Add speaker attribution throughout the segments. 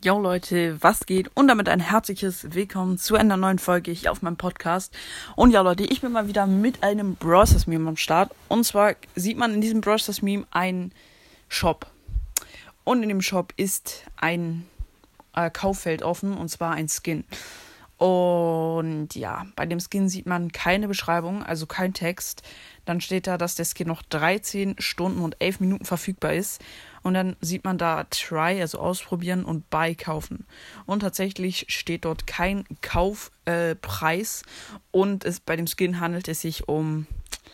Speaker 1: Yo Leute, was geht? Und damit ein herzliches Willkommen zu einer neuen Folge hier auf meinem Podcast. Und ja Leute, ich bin mal wieder mit einem Brawl Stars Meme am Start. Und zwar sieht man in diesem Brawl Stars Meme einen Shop. Und in dem Shop ist ein Kauffeld offen, und zwar ein Skin. Und ja, bei dem Skin sieht man keine Beschreibung, also kein Text. Dann steht da, dass der Skin noch 13 Stunden und 11 Minuten verfügbar ist. Und dann sieht man da Try, also ausprobieren, und Buy kaufen. Und tatsächlich steht dort kein Kaufpreis. Und bei dem Skin handelt es sich um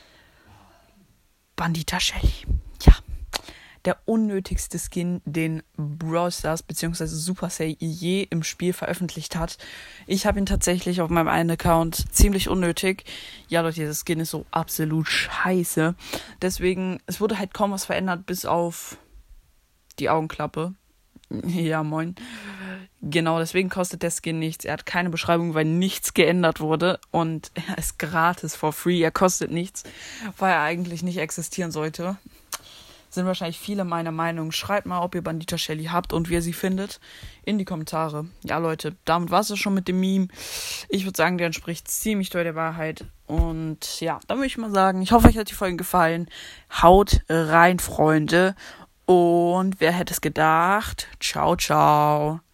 Speaker 1: Bandita Shelly. Ja, der unnötigste Skin, den Brawl Stars bzw. Supercell je im Spiel veröffentlicht hat. Ich habe ihn tatsächlich auf meinem einen Account ziemlich unnötig. Ja Leute, dieser Skin ist so absolut scheiße. Deswegen, es wurde halt kaum was verändert, bis auf die Augenklappe. Ja, moin. Genau, deswegen kostet der Skin nichts. Er hat keine Beschreibung, weil nichts geändert wurde. Und er ist gratis, for free. Er kostet nichts, weil er eigentlich nicht existieren sollte. Sind wahrscheinlich viele meiner Meinung. Schreibt mal, ob ihr Bandita Shelly habt und wie ihr sie findet, in die Kommentare. Ja, Leute, damit war es schon mit dem Meme. Ich würde sagen, der entspricht ziemlich doll der Wahrheit. Und ja, dann würde ich mal sagen, ich hoffe, euch hat die Folge gefallen. Haut rein, Freunde. Und wer hätte es gedacht? Ciao, ciao.